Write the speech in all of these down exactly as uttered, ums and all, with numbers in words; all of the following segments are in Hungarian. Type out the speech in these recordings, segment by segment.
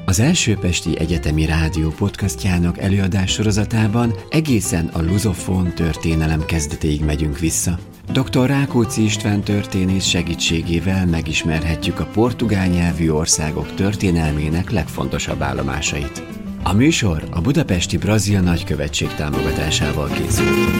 Az Első Pesti Egyetemi Rádió podcastjának előadássorozatában egészen a luzofón történelem kezdetéig megyünk vissza. doktor Rákóczi István történész segítségével megismerhetjük a portugál nyelvű országok történelmének legfontosabb állomásait. A műsor a Budapesti Brazil Nagykövetség támogatásával készült.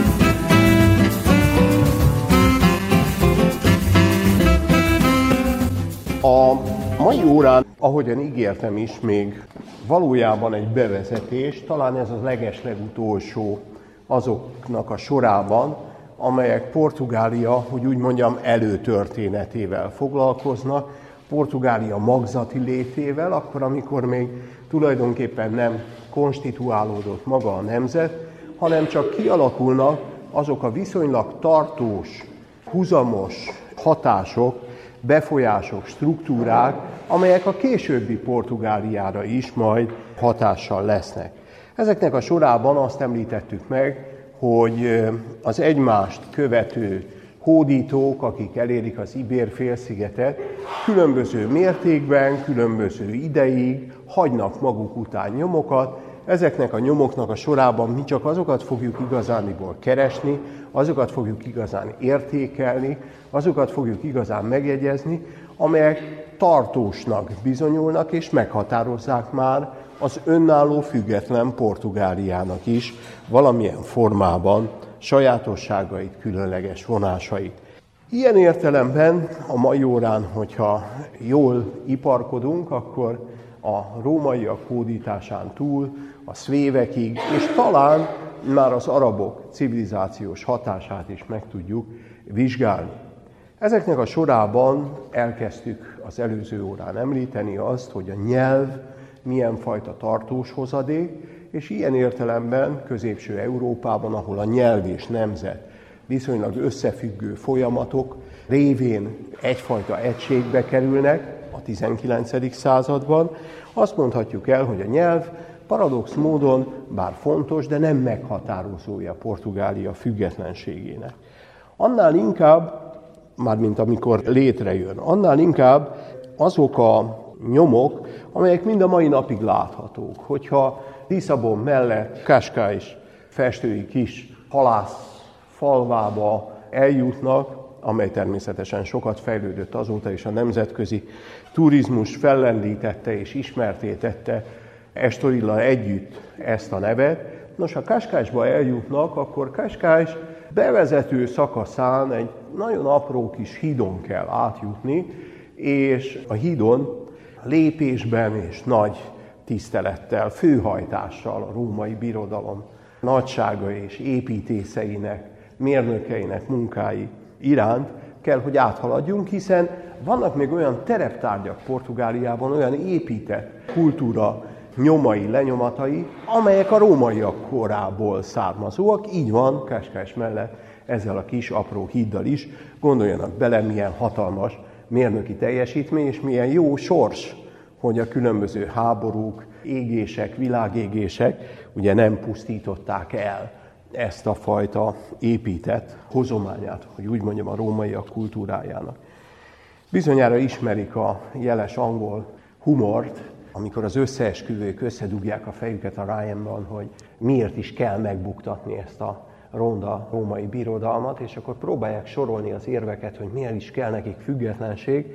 A mai órán, ahogyan ígértem is, még valójában egy bevezetés, talán ez a legeslegutolsó azoknak a sorában, amelyek Portugália, hogy úgy mondjam, előtörténetével foglalkoznak, Portugália magzati létével, akkor, amikor még tulajdonképpen nem konstituálódott maga a nemzet, hanem csak kialakulnak azok a viszonylag tartós, huzamos hatások, befolyások, struktúrák, amelyek a későbbi Portugáliára is majd hatással lesznek. Ezeknek a sorában azt említettük meg, hogy az egymást követő hódítók, akik elérik az Ibér-félszigetet, különböző mértékben, különböző ideig hagynak maguk után nyomokat. Ezeknek a nyomoknak a sorában mi csak azokat fogjuk igazániból keresni, azokat fogjuk igazán értékelni, azokat fogjuk igazán megjegyezni, amelyek tartósnak bizonyulnak és meghatározzák már az önálló független Portugáliának is valamilyen formában sajátosságait, különleges vonásait. Ilyen értelemben a mai órán, hogyha jól iparkodunk, akkor a rómaiak hódításán túl a szvévekig, és talán már az arabok civilizációs hatását is meg tudjuk vizsgálni. Ezeknek a sorában elkezdtük az előző órán említeni azt, hogy a nyelv milyen fajta tartós hozadék, és ilyen értelemben Középső Európában, ahol a nyelv és nemzet viszonylag összefüggő folyamatok révén egyfajta egységbe kerülnek a tizenkilencedik században, azt mondhatjuk el, hogy a nyelv paradox módon bár fontos, de nem meghatározója Portugália függetlenségének. Annál inkább, mármint amikor létrejön, annál inkább azok a nyomok, amelyek mind a mai napig láthatók. Hogyha Lisszabon mellett Cascais festői kis halász falvába eljutnak, amely természetesen sokat fejlődött azóta, és a nemzetközi turizmus fellendítette és ismertté tette Estorilla együtt ezt a nevet. Nos, ha Cascaisba eljutnak, akkor Cascais bevezető szakaszán egy nagyon apró kis hídon kell átjutni, és a hídon lépésben és nagy tisztelettel, főhajtással a római birodalom nagysága és építészeinek, mérnökeinek munkái iránt kell, hogy áthaladjunk, hiszen vannak még olyan tereptárgyak Portugáliában, olyan épített kultúra nyomai, lenyomatai, amelyek a rómaiak korából származóak. Így van, Cascais mellett ezzel a kis apró híddal is. Gondoljanak bele, milyen hatalmas mérnöki teljesítmény, és milyen jó sors, hogy a különböző háborúk, égések, világégések ugye nem pusztították el ezt a fajta épített hozományát, hogy úgy mondjam, a rómaiak kultúrájának. Bizonyára ismerik a jeles angol humort, amikor az összeesküvők összedugják a fejüket a Ryanban, hogy miért is kell megbuktatni ezt a ronda római birodalmat, és akkor próbálják sorolni az érveket, hogy miért is kell nekik függetlenség,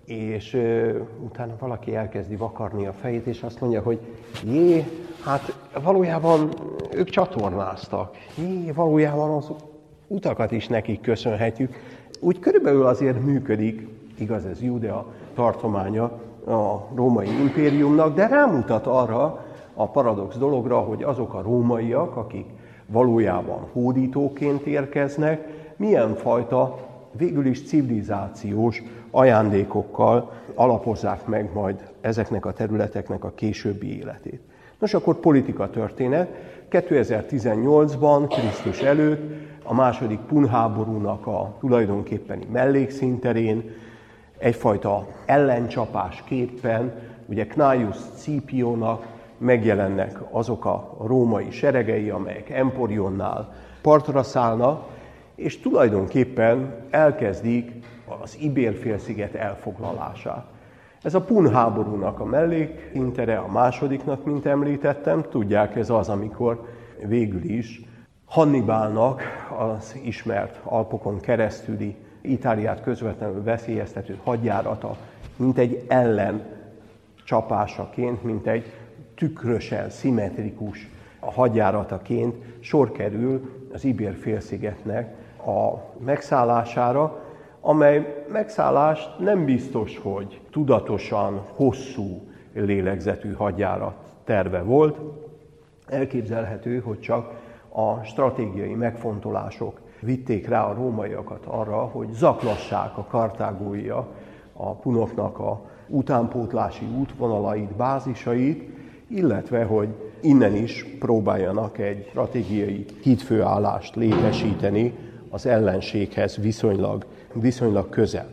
és ö, utána valaki elkezdi vakarni a fejét, és azt mondja, hogy jé, hát valójában ők csatornáztak, jé, valójában az utakat is nekik köszönhetjük. Úgy körülbelül azért működik, igaz ez Judea tartománya a római impériumnak, de rámutat arra a paradox dologra, hogy azok a rómaiak, akik valójában hódítóként érkeznek, milyen fajta végül is civilizációs ajándékokkal alapozzák meg majd ezeknek a területeknek a későbbi életét. Nos, akkor politika történet. kétezer-tizennyolcban, Krisztus előtt, a második punháborúnak a tulajdonképpeni mellékszínterén, egyfajta ellencsapásképpen, ugye Cneius Scipionak megjelennek azok a római seregei, amelyek Emporionnál partra szállnak, és tulajdonképpen elkezdik az Ibér-félsziget elfoglalását. Ez a Pun háborúnak a mellékintere, a másodiknak, mint említettem. Tudják, ez az, amikor végül is Hannibálnak az ismert Alpokon keresztüli Itáliát közvetlenül veszélyeztető hadjárata, mint egy ellen csapásaként, mint egy tükrösen, szimmetrikus hadjárataként sor kerül az Ibér-félszigetnek a megszállására, amely megszállást nem biztos, hogy tudatosan hosszú lélegzetű hadjárat terve volt. Elképzelhető, hogy csak a stratégiai megfontolások vitték rá a rómaiakat arra, hogy zaklassák a kartágóiak a punoknak a utánpótlási útvonalait, bázisait, illetve hogy innen is próbáljanak egy stratégiai hídfőállást létesíteni az ellenséghez viszonylag, viszonylag közel.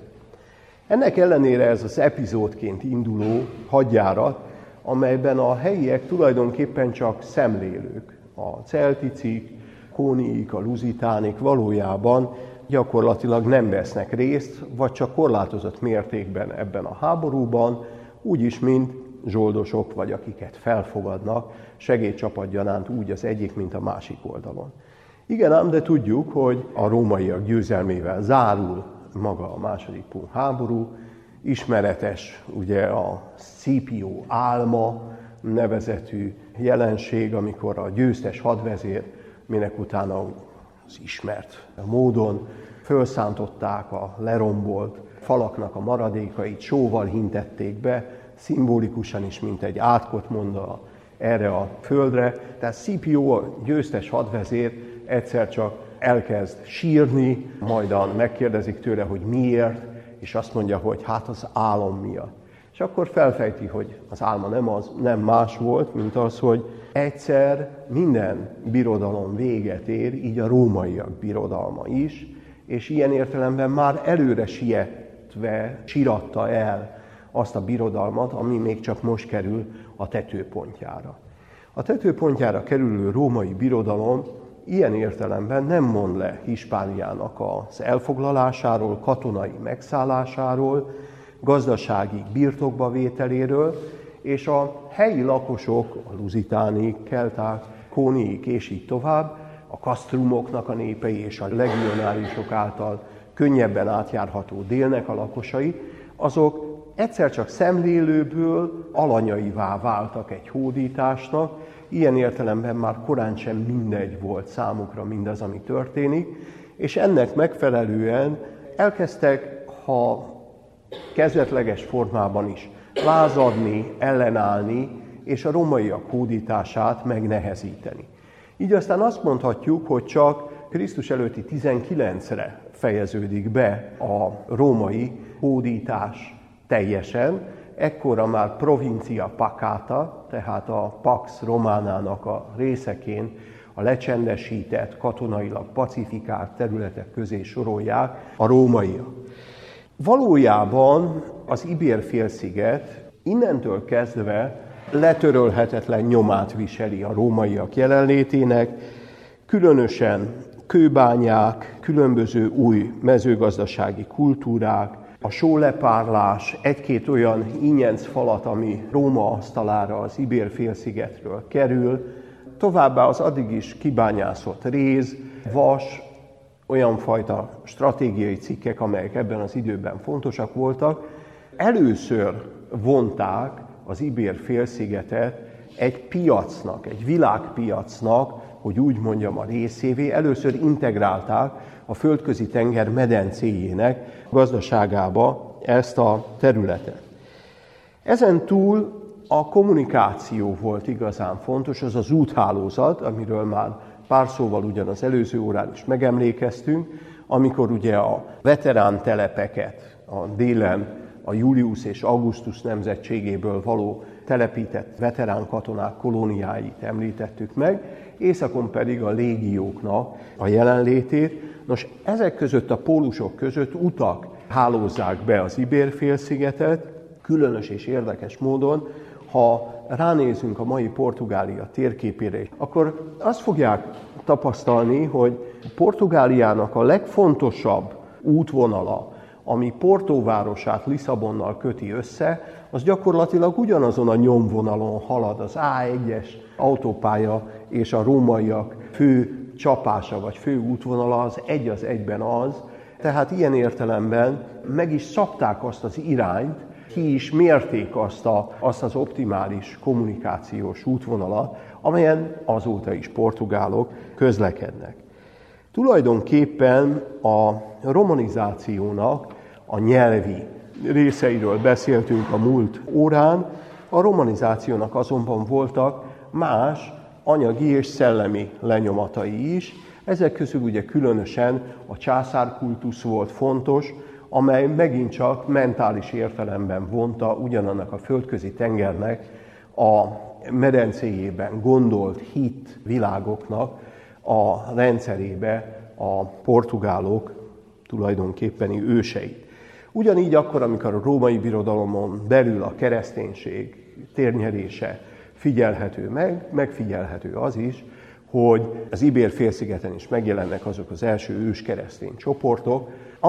Ennek ellenére ez az epizódként induló hadjárat, amelyben a helyiek tulajdonképpen csak szemlélők, a celticik, kóniik, a luzitánik valójában gyakorlatilag nem vesznek részt, vagy csak korlátozott mértékben ebben a háborúban, úgyis, mint zsoldosok, vagy akiket felfogadnak segédcsapatgyanánt úgy az egyik, mint a másik oldalon. Igen ám, de tudjuk, hogy a rómaiak győzelmével zárul maga a második pun háború. Ismeretes ugye a Scipio álma nevezetű jelenség, amikor a győztes hadvezér, minek utána az ismert módon fölszántották a lerombolt falaknak a maradékait, sóval hintették be, szimbolikusan is, mint egy átkot mondva erre a földre. Tehát Scipio, a győztes hadvezér egyszer csak elkezd sírni, majdan megkérdezik tőle, hogy miért, és azt mondja, hogy hát az álom miatt. És akkor felfejti, hogy az álma nem, az, nem más volt, mint az, hogy egyszer minden birodalom véget ér, így a rómaiak birodalma is, és ilyen értelemben már előre sietve síratta el azt a birodalmat, ami még csak most kerül a tetőpontjára. A tetőpontjára kerülő római birodalom ilyen értelemben nem mond le Hispániának az elfoglalásáról, katonai megszállásáról, gazdasági birtokba vételéről, és a helyi lakosok, a luzitánik, kelták, kóniik és így tovább, a kasztrumoknak a népei és a legionárisok által könnyebben átjárható délnek a lakosai, azok egyszer csak szemlélőből alanyaivá váltak egy hódításnak, ilyen értelemben már korán sem mindegy volt számukra mindaz, ami történik, és ennek megfelelően elkezdtek, ha kezdetleges formában is lázadni, ellenállni, és a rómaiak hódítását megnehezíteni. Így aztán azt mondhatjuk, hogy csak Krisztus előtti tizenkilencre fejeződik be a római hódítás teljesen, ekkora már provincia pacata, tehát a Pax Románának a részeként a lecsendesített, katonailag pacifikált területek közé sorolják a rómaiak. Valójában az Ibér-félsziget innentől kezdve letörölhetetlen nyomát viseli a rómaiak jelenlétének, különösen kőbányák, különböző új mezőgazdasági kultúrák, a sólepárlás, egy-két olyan ínyenc falat, ami Róma asztalára az Ibér-félszigetről kerül, továbbá az addig is kibányászott réz, vas, olyan fajta stratégiai cikkek, amelyek ebben az időben fontosak voltak, először vonták az Ibér-félszigetet egy piacnak, egy világpiacnak, hogy úgy mondjam, a részévé, először integrálták a földközi tenger medencéjének gazdaságába ezt a területet. Ezen túl a kommunikáció volt igazán fontos, az az úthálózat, amiről már pár szóval ugyan az előző órán is megemlékeztünk, amikor ugye a veterán telepeket a délen a Julius és Augustus nemzetségéből való telepített veterán katonák kolóniáit említettük meg, északon pedig a légióknak a jelenlétét. Nos, ezek között a pólusok között utak hálózzák be az Ibér-félszigetet, különös és érdekes módon, ha ránézünk a mai Portugália térképére, akkor azt fogják tapasztalni, hogy Portugáliának a legfontosabb útvonala, ami Porto városát Lisszabonnal köti össze, az gyakorlatilag ugyanazon a nyomvonalon halad az á egyes autópálya és a rómaiak fő csapása vagy fő útvonala az egy az egyben az, tehát ilyen értelemben meg is szabták azt az irányt, ki is mérték azt, a, azt az optimális kommunikációs útvonalat, amelyen azóta is portugálok közlekednek. Tulajdonképpen a romanizációnak a nyelvi részeiről beszéltünk a múlt órán, a romanizációnak azonban voltak más anyagi és szellemi lenyomatai is. Ezek közül ugye különösen a császárkultusz volt fontos, amely megint csak mentális értelemben vonta ugyanannak a földközi tengernek a medencéjében gondolt hit világoknak a rendszerébe a portugálok tulajdonképpeni őseit. Ugyanígy akkor, amikor a római birodalomon belül a kereszténység térnyerése figyelhető meg, megfigyelhető az is, hogy az Ibér-félszigeten is megjelennek azok az első ős keresztény csoportok,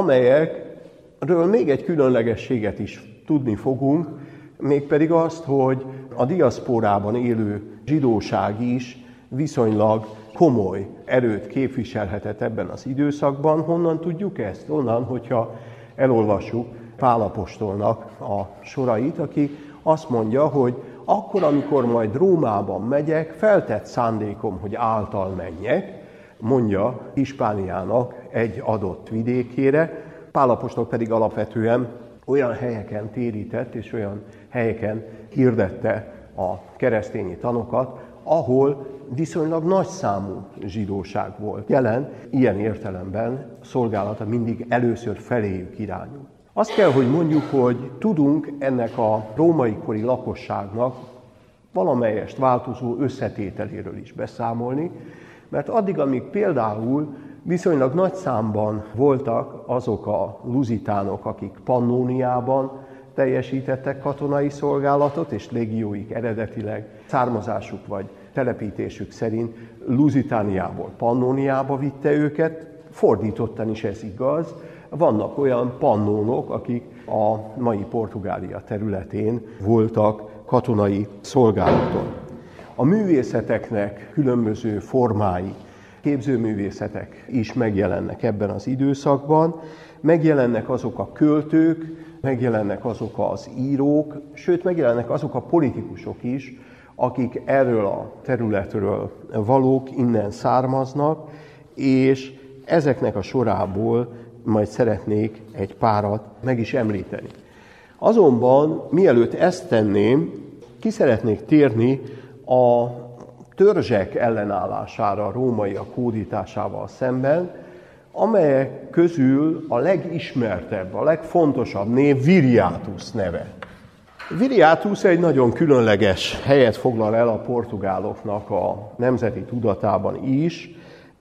amelyekről még egy különlegességet is tudni fogunk, mégpedig azt, hogy a diaszpórában élő zsidóság is viszonylag komoly erőt képviselhetett ebben az időszakban. Honnan tudjuk ezt? Onnan, hogyha elolvassuk Pál apostolnak a sorait, aki azt mondja, hogy akkor, amikor majd Rómában megyek, feltett szándékom, hogy által menjek, mondja Hispániának egy adott vidékére. Pál apostol pedig alapvetően olyan helyeken térített, és olyan helyeken hirdette a keresztényi tanokat, ahol viszonylag nagy számú zsidóság volt jelen, ilyen értelemben szolgálata mindig először feléjük irányul. Azt kell, hogy mondjuk, hogy tudunk ennek a római kori lakosságnak valamelyest változó összetételéről is beszámolni, mert addig, amíg például viszonylag nagy számban voltak azok a luzitánok, akik Pannóniában teljesítettek katonai szolgálatot, és légióik eredetileg származásuk vagy telepítésük szerint Luzitániából Pannóniába vitte őket, fordítottan is ez igaz. Vannak olyan pannónok, akik a mai Portugália területén voltak katonai szolgálaton. A művészeteknek különböző formái, képzőművészetek is megjelennek ebben az időszakban, megjelennek azok a költők, megjelennek azok az írók, sőt megjelennek azok a politikusok is, akik erről a területről valók, innen származnak, és ezeknek a sorából majd szeretnék egy párat meg is említeni. Azonban, mielőtt ezt tenném, ki szeretnék térni a törzsek ellenállására a rómaiak hódításával szemben, amelyek közül a legismertebb, a legfontosabb név Viriatus neve. Viriatus egy nagyon különleges helyet foglal el a portugáloknak a nemzeti tudatában is,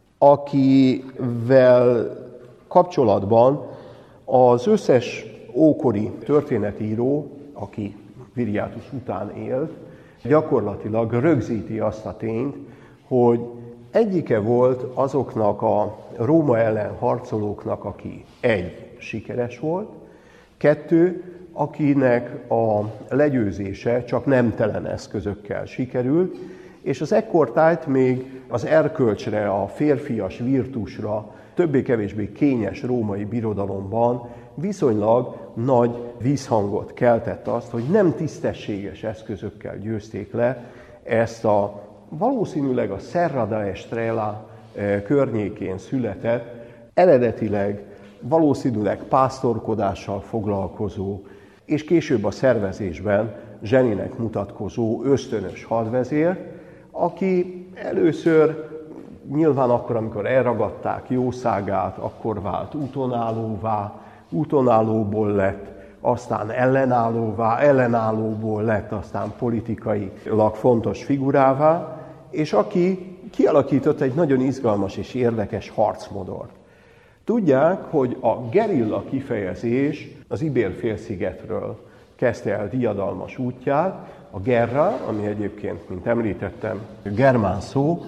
akivel kapcsolatban az összes ókori történetíró, aki Viriatus után élt, gyakorlatilag rögzíti azt a tényt, hogy egyike volt azoknak a Róma ellen harcolóknak, aki egy, sikeres volt, kettő, akinek a legyőzése csak nemtelen eszközökkel sikerült, és az ekkortájt még az erkölcsre, a férfias virtusra, többé-kevésbé kényes római birodalomban viszonylag nagy vízhangot keltett azt, hogy nem tisztességes eszközökkel győzték le ezt a valószínűleg a Serra da Estrela környékén született, eredetileg valószínűleg pásztorkodással foglalkozó, és később a szervezésben zseninek mutatkozó ösztönös hadvezér, aki először nyilván akkor, amikor elragadták jószágát, akkor vált útonállóvá, útonállóból lett, aztán ellenállóvá, ellenállóból lett, aztán politikailag fontos figurává, és aki kialakított egy nagyon izgalmas és érdekes harcmodort. Tudják, hogy a gerilla kifejezés az Ibér-félszigetről kezdte el diadalmas útját, a gerra, ami egyébként, mint említettem, germán szó,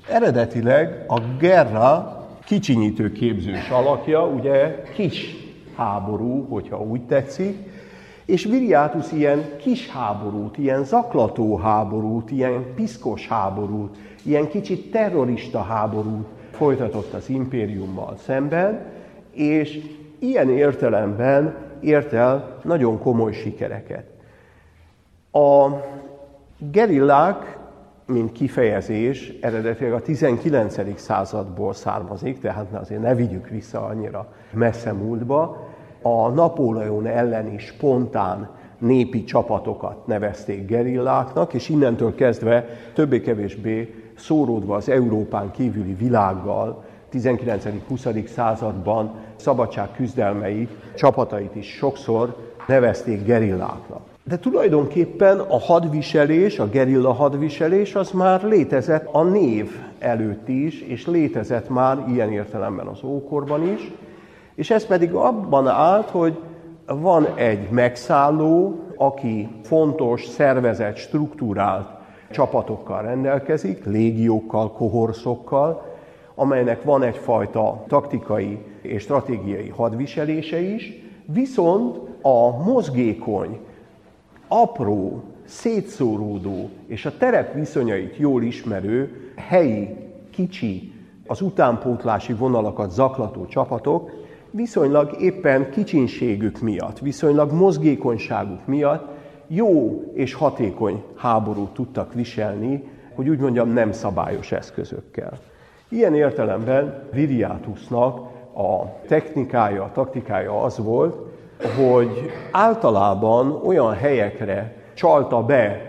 eredetileg a gerra kicsinyítő képzős alakja, ugye kis háború, hogyha úgy tetszik, és Viriátus ilyen kis háborút, ilyen zaklató háborút, ilyen piszkos háborút, ilyen kicsit terrorista háborút folytatott az impériummal szemben, és ilyen értelemben ért el nagyon komoly sikereket. A gerillák, mint kifejezés, eredetileg a tizenkilencedik századból származik, tehát azért ne vigyük vissza annyira messze múltba. A Napóleon elleni spontán népi csapatokat nevezték gerilláknak, és innentől kezdve többé-kevésbé szóródva az Európán kívüli világgal, tizenkilencedik-huszadik században szabadságküzdelmei csapatait is sokszor nevezték gerilláknak. De tulajdonképpen a hadviselés, a gerilla hadviselés az már létezett a név előtt is, és létezett már ilyen értelemben az ókorban is, és ez pedig abban állt, hogy van egy megszálló, aki fontos, szervezett, struktúrált csapatokkal rendelkezik, légiókkal, kohorszokkal, amelynek van egyfajta taktikai és stratégiai hadviselése is, viszont a mozgékony, apró, szétszóródó és a terep viszonyait jól ismerő, helyi, kicsi, az utánpótlási vonalakat zaklató csapatok viszonylag éppen kicsinségük miatt, viszonylag mozgékonyságuk miatt jó és hatékony háborút tudtak viselni, hogy úgy mondjam, nem szabályos eszközökkel. Ilyen értelemben Viriátusnak a technikája, a taktikája az volt, hogy általában olyan helyekre csalta be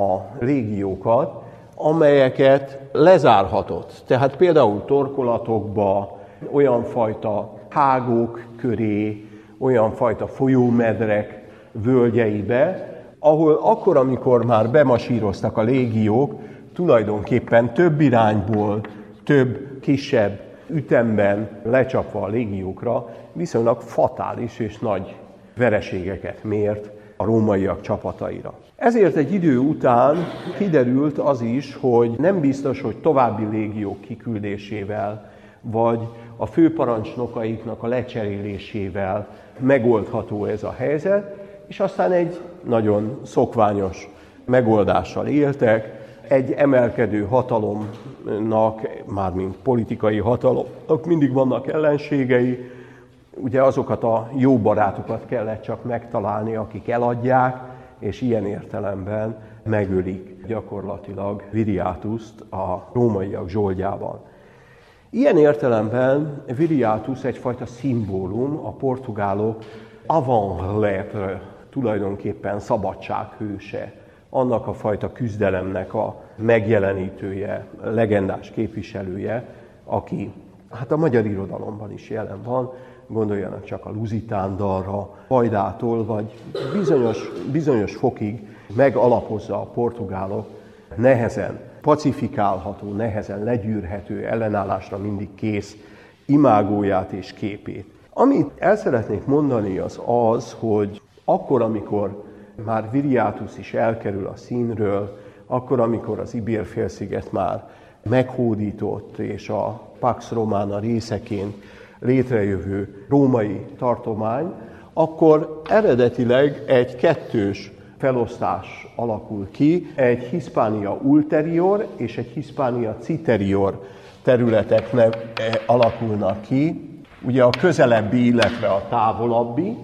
a légiókat, amelyeket lezárhatott. Tehát például torkolatokba, olyan fajta hágók köré, olyan fajta folyómedrek völgyeibe, ahol akkor, amikor már bemasíroztak a légiók, tulajdonképpen több irányból, több kisebb ütemben lecsapva a légiókra, viszonylag fatális és nagy vereségeket mért a rómaiak csapataira. Ezért egy idő után kiderült az is, hogy nem biztos, hogy további légiók kiküldésével, vagy a főparancsnokaiknak a lecserélésével megoldható ez a helyzet, és aztán egy nagyon szokványos megoldással éltek, egy emelkedő hatalomnak, mármint politikai hatalomnak mindig vannak ellenségei, ugye azokat a jó barátokat kellett csak megtalálni, akik eladják, és ilyen értelemben megölik gyakorlatilag Viriátust a rómaiak zsoldjában. Ilyen értelemben Viriátus egyfajta szimbólum, a portugálok avant-lettre, tulajdonképpen szabadsághőse, annak a fajta küzdelemnek a megjelenítője, legendás képviselője, aki hát a magyar irodalomban is jelen van, gondoljanak csak a Lusitán dalra, Hajdától, vagy bizonyos, bizonyos fokig megalapozza a portugálok nehezen pacifikálható, nehezen legyűrhető, ellenállásra mindig kész imágóját és képét. Amit el szeretnék mondani az az, hogy akkor, amikor már Viriátus is elkerül a színről, akkor, amikor az Ibér-félsziget már meghódított, és a Pax Romana részeként létrejövő római tartomány, akkor eredetileg egy kettős felosztás alakul ki, egy Hispania ulterior és egy Hispania citerior területek nev, alakulnak ki, ugye a közelebbi, illetve a távolabbi,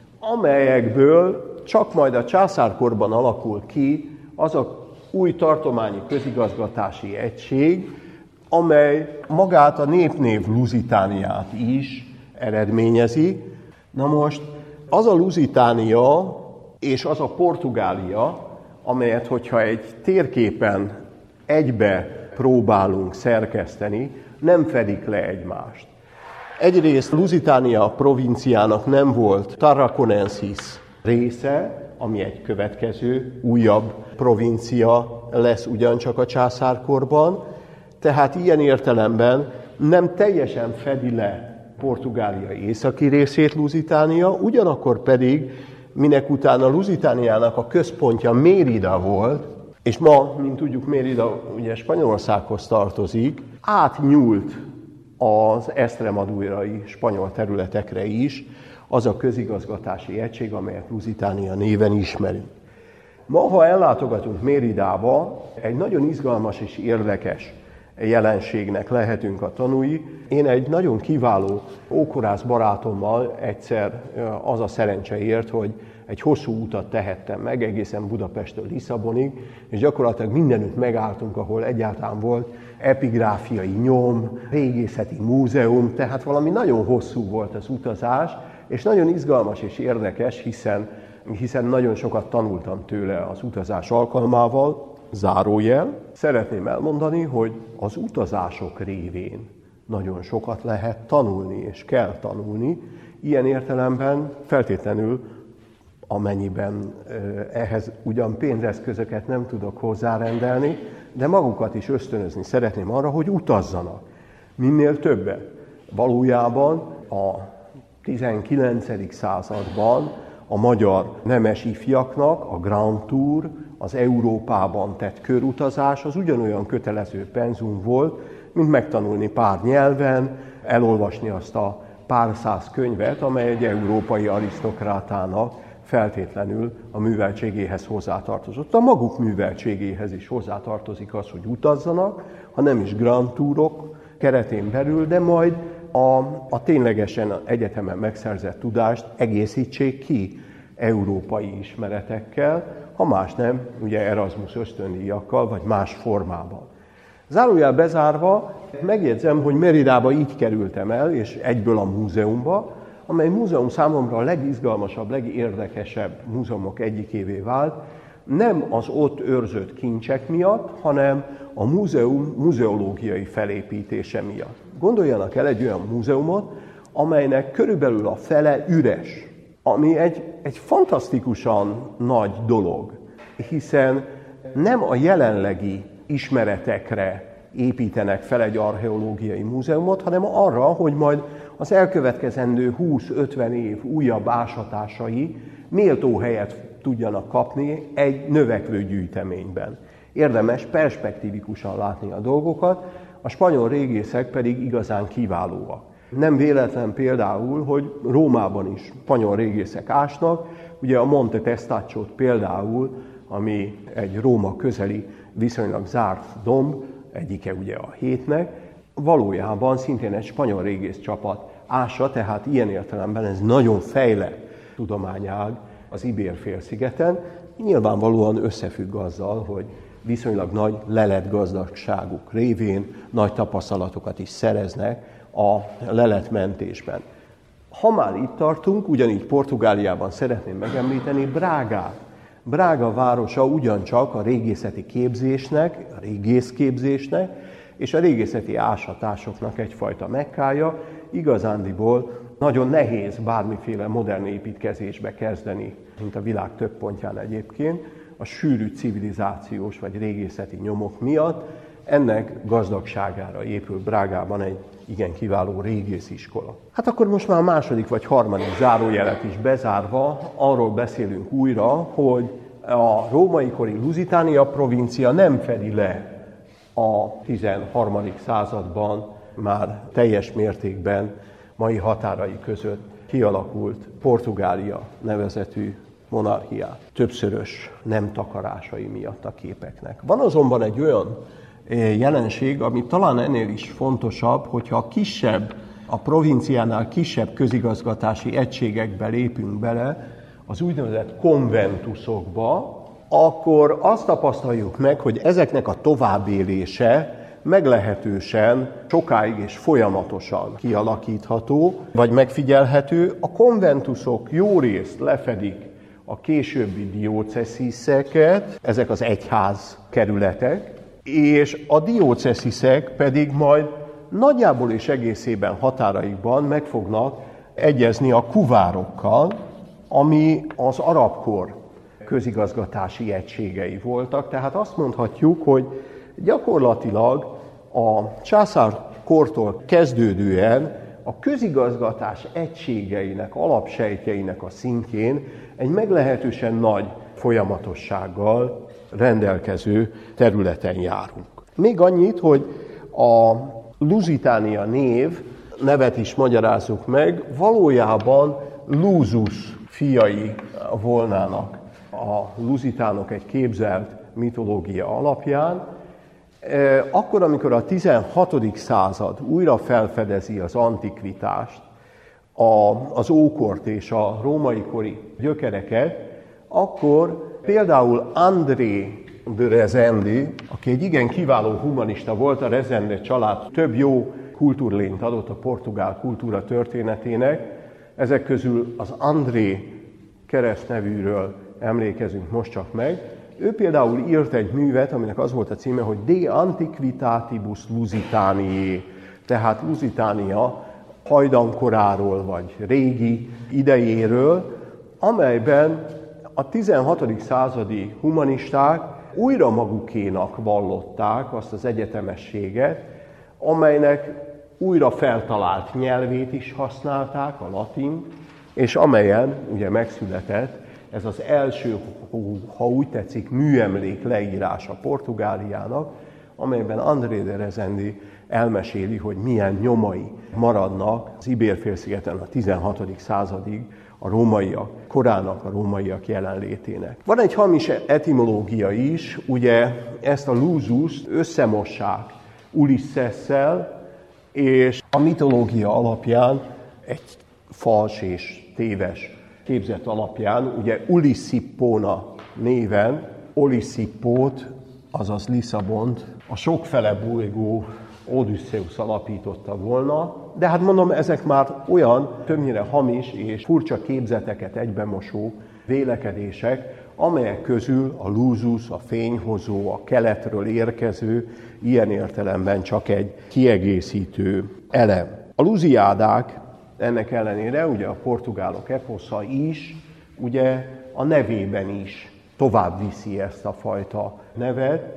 amelyekből csak majd a császárkorban alakul ki az a új tartományi közigazgatási egység, amely magát a népnév Lusitániát is eredményezi. Na most az a Lusitánia és az a Portugália, amelyet, hogyha egy térképen egybe próbálunk szerkeszteni, nem fedik le egymást. Egyrészt Lusitánia provinciának nem volt Tarraconensis része, ami egy következő, újabb provincia lesz ugyancsak a császárkorban, tehát ilyen értelemben nem teljesen fedi le Portugália északi részét Lusitánia, ugyanakkor pedig, minek után a Lusitániának a központja Mérida volt, és ma, mint tudjuk, Mérida ugye Spanyolországhoz tartozik, átnyúlt az extremadúrai spanyol területekre is, az a közigazgatási egység, amelyet Lusitania néven ismerünk. Ma, ha ellátogatunk Méridába, egy nagyon izgalmas és érdekes jelenségnek lehetünk a tanúi. Én egy nagyon kiváló ókorász barátommal egyszer az a szerencse ért, hogy egy hosszú utat tehettem meg, egészen Budapesttől Lisszabonig, és gyakorlatilag mindenütt megálltunk, ahol egyáltalán volt epigráfiai nyom, régészeti múzeum, tehát valami nagyon hosszú volt az utazás, és nagyon izgalmas és érdekes, hiszen, hiszen nagyon sokat tanultam tőle az utazás alkalmával. Zárójel. Szeretném elmondani, hogy az utazások révén nagyon sokat lehet tanulni, és kell tanulni. Ilyen értelemben feltétlenül, amennyiben ehhez ugyan pénzeszközöket nem tudok hozzárendelni, de magukat is ösztönözni szeretném arra, hogy utazzanak. Minél többet. Valójában a tizenkilencedik században a magyar nemes ifjaknak a Grand Tour, az Európában tett körutazás az ugyanolyan kötelező penzum volt, mint megtanulni pár nyelven, elolvasni azt a pár száz könyvet, amely egy európai arisztokrátának feltétlenül a műveltségéhez hozzátartozott. A maguk műveltségéhez is hozzátartozik az, hogy utazzanak, ha nem is Grand Tourok keretén belül, de majd a, a ténylegesen egyetemen megszerzett tudást egészítsék ki európai ismeretekkel, ha más nem, ugye Erasmus ösztöndíjakkal, vagy más formában. Zárójel bezárva, megjegyzem, hogy Méridába így kerültem el, és egyből a múzeumba, amely múzeum számomra a legizgalmasabb, legérdekesebb múzeumok egyikévé vált, nem az ott őrzött kincsek miatt, hanem a múzeum muzeológiai felépítése miatt. Gondoljanak el egy olyan múzeumot, amelynek körülbelül a fele üres, ami egy, egy fantasztikusan nagy dolog, hiszen nem a jelenlegi ismeretekre építenek fel egy archeológiai múzeumot, hanem arra, hogy majd az elkövetkezendő húsz-ötven év újabb ásatásai méltó helyet tudjanak kapni egy növekvő gyűjteményben. Érdemes perspektívikusan látni a dolgokat, a spanyol régészek pedig igazán kiválóak. Nem véletlen például, hogy Rómában is spanyol régészek ásnak, ugye a Monte Testacciót például, ami egy Róma közeli, viszonylag zárt domb, egyike ugye a hétnek, valójában szintén egy spanyol régész csapat ássa, tehát ilyen értelemben ez nagyon fejlett tudományág az Ibér-félszigeten, nyilvánvalóan összefügg azzal, hogy viszonylag nagy leletgazdagságuk révén nagy tapasztalatokat is szereznek a leletmentésben. Ha már itt tartunk, ugyanígy Portugáliában szeretném megemlíteni Brágát. Brága városa ugyancsak a régészeti képzésnek, a régészképzésnek és a régészeti ásatásoknak egyfajta mekkája. Igazándiból nagyon nehéz bármiféle modern építkezésbe kezdeni, mint a világ több pontján egyébként, a sűrű civilizációs vagy régészeti nyomok miatt. Ennek gazdagságára épül Brágában egy igen kiváló régésziskola. Hát akkor most már a második vagy harmadik zárójelet is bezárva, arról beszélünk újra, hogy a római kori Lusitania provincia nem fedi le a tizenharmadik században már teljes mértékben mai határai között kialakult Portugália nevezetű monarchiát, többszörös nem takarásai miatt a képeknek. Van azonban egy olyan jelenség, ami talán ennél is fontosabb, hogyha a kisebb, a provinciánál kisebb közigazgatási egységekbe lépünk bele, az úgynevezett konventusokba, akkor azt tapasztaljuk meg, hogy ezeknek a továbbélése meglehetősen sokáig és folyamatosan kialakítható, vagy megfigyelhető. A konventusok jó részt lefedik a későbbi diócesziszeket, ezek az egyház kerületek, és a diócesziszek pedig majd nagyjából és egészében határaikban meg fognak egyezni a kuvárokkal, ami az arabkor közigazgatási egységei voltak. Tehát azt mondhatjuk, hogy gyakorlatilag a császárkortól kezdődően a közigazgatás egységeinek, alapsejtjeinek a szintjén egy meglehetősen nagy folyamatossággal rendelkező területen járunk. Még annyit, hogy a Lusitania név, nevet is magyarázzuk meg, valójában Lúzus fiai volnának a luzitánok egy képzelt mitológia alapján. Akkor, amikor a tizenhatodik század újra felfedezi az antikvitást, az ókort és a római kori gyökereket, akkor például André de Rezende, aki egy igen kiváló humanista volt, a Rezende család több jó kultúrlényt adott a portugál kultúra történetének, ezek közül az André keresztnevűről emlékezünk most csak meg. Ő például írt egy művet, aminek az volt a címe, hogy De Antiquitatibus Lusitaniae, tehát Lusitánia hajdankoráról, vagy régi idejéről, amelyben a tizenhatodik századi humanisták újra magukénak vallották azt az egyetemességet, amelynek újra feltalált nyelvét is használták, a latin, és amelyen ugye megszületett ez az első, ha úgy tetszik, műemlék leírása Portugáliának, amelyben André de Rezende elmeséli, hogy milyen nyomai maradnak az Ibér-félszigeten a tizenhatodik századig a rómaiak, korának a rómaiak jelenlétének. Van egy hamis etimológia is, ugye ezt a lúzust összemossák Ulisszesszel, és a mitológia alapján egy fals és téves képzet alapján, ugye Ulissippona néven, Oliszippót, azaz Lisszabont, a sokfele bolygó Odüsszeusz alapította volna, de hát mondom, ezek már olyan többnyire hamis és furcsa képzeteket egybemosó vélekedések, amelyek közül a lúzus, a fényhozó, a keletről érkező, ilyen értelemben csak egy kiegészítő elem. A luziádák ennek ellenére, ugye a portugálok eposza is, ugye a nevében is tovább viszi ezt a fajta nevet.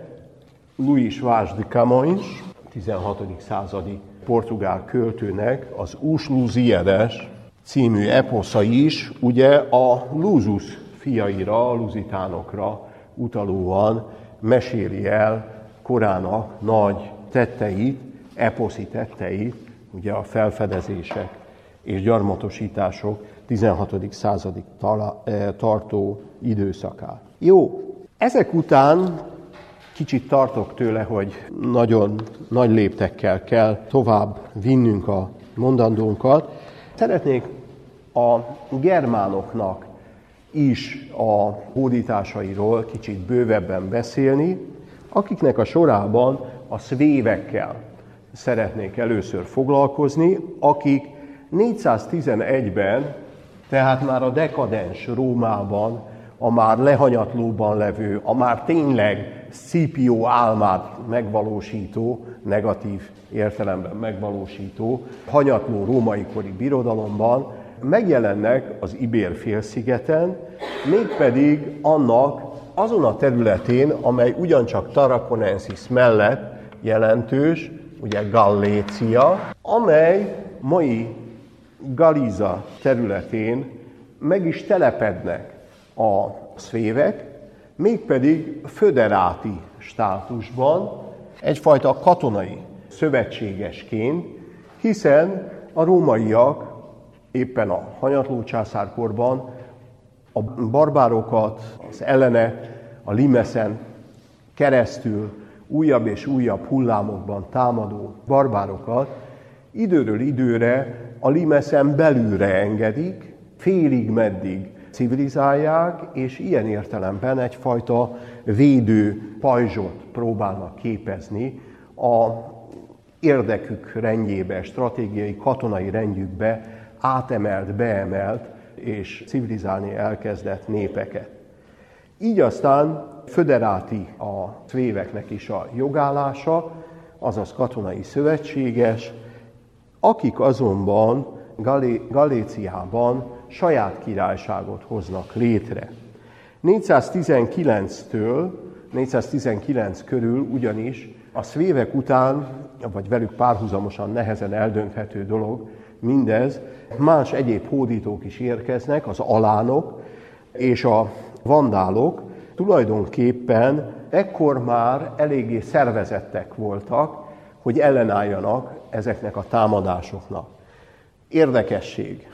Luís Vaz de Camões, tizenhatodik századi portugál költőnek az Os Lusíadas című eposza is, ugye a lúzus fiaira, a luzitánokra utalóan meséli el korának nagy tetteit, eposzi tetteit, ugye a felfedezések és gyarmatosítások tizenhatodik századig tartó időszakát. Jó, ezek után kicsit tartok tőle, hogy nagyon nagy léptekkel kell tovább vinnünk a mondandónkat. Szeretnék a germánoknak is a hódításairól kicsit bővebben beszélni, akiknek a sorában a szvévekkel szeretnék először foglalkozni, akik négyszáztizenegyben, tehát már a dekadens Rómában, a már lehanyatlóban levő, a már tényleg Scipio álmát megvalósító, negatív értelemben megvalósító, hanyatló római kori birodalomban megjelennek az Ibér-félszigeten, mégpedig annak azon a területén, amely ugyancsak Tarraconensis mellett jelentős, ugye Gallécia, amely mai Galiza területén meg is telepednek a szvévek, mégpedig föderáti státusban, egyfajta katonai szövetségesként, hiszen a rómaiak éppen a hanyatló császárkorban a barbárokat, az ellene, a limeszen keresztül újabb és újabb hullámokban támadó barbárokat időről időre a limeszen belülre engedik, félig meddig civilizálják, és ilyen értelemben egyfajta védő pajzsot próbálnak képezni a érdekük rendjébe, stratégiai, katonai rendjükbe átemelt, beemelt és civilizálni elkezdett népeket. Így aztán föderáti a szvéveknek is a jogállása, azaz katonai szövetséges, akik azonban Galé- Galéciában saját királyságot hoznak létre. négyszáztizenkilenctől, négyszáztizenkilenc körül ugyanis a szvévek után, vagy velük párhuzamosan nehezen eldönthető dolog mindez, más egyéb hódítók is érkeznek, az alánok és a vandálok, tulajdonképpen ekkor már eléggé szervezettek voltak, hogy ellenálljanak ezeknek a támadásoknak. Érdekesség.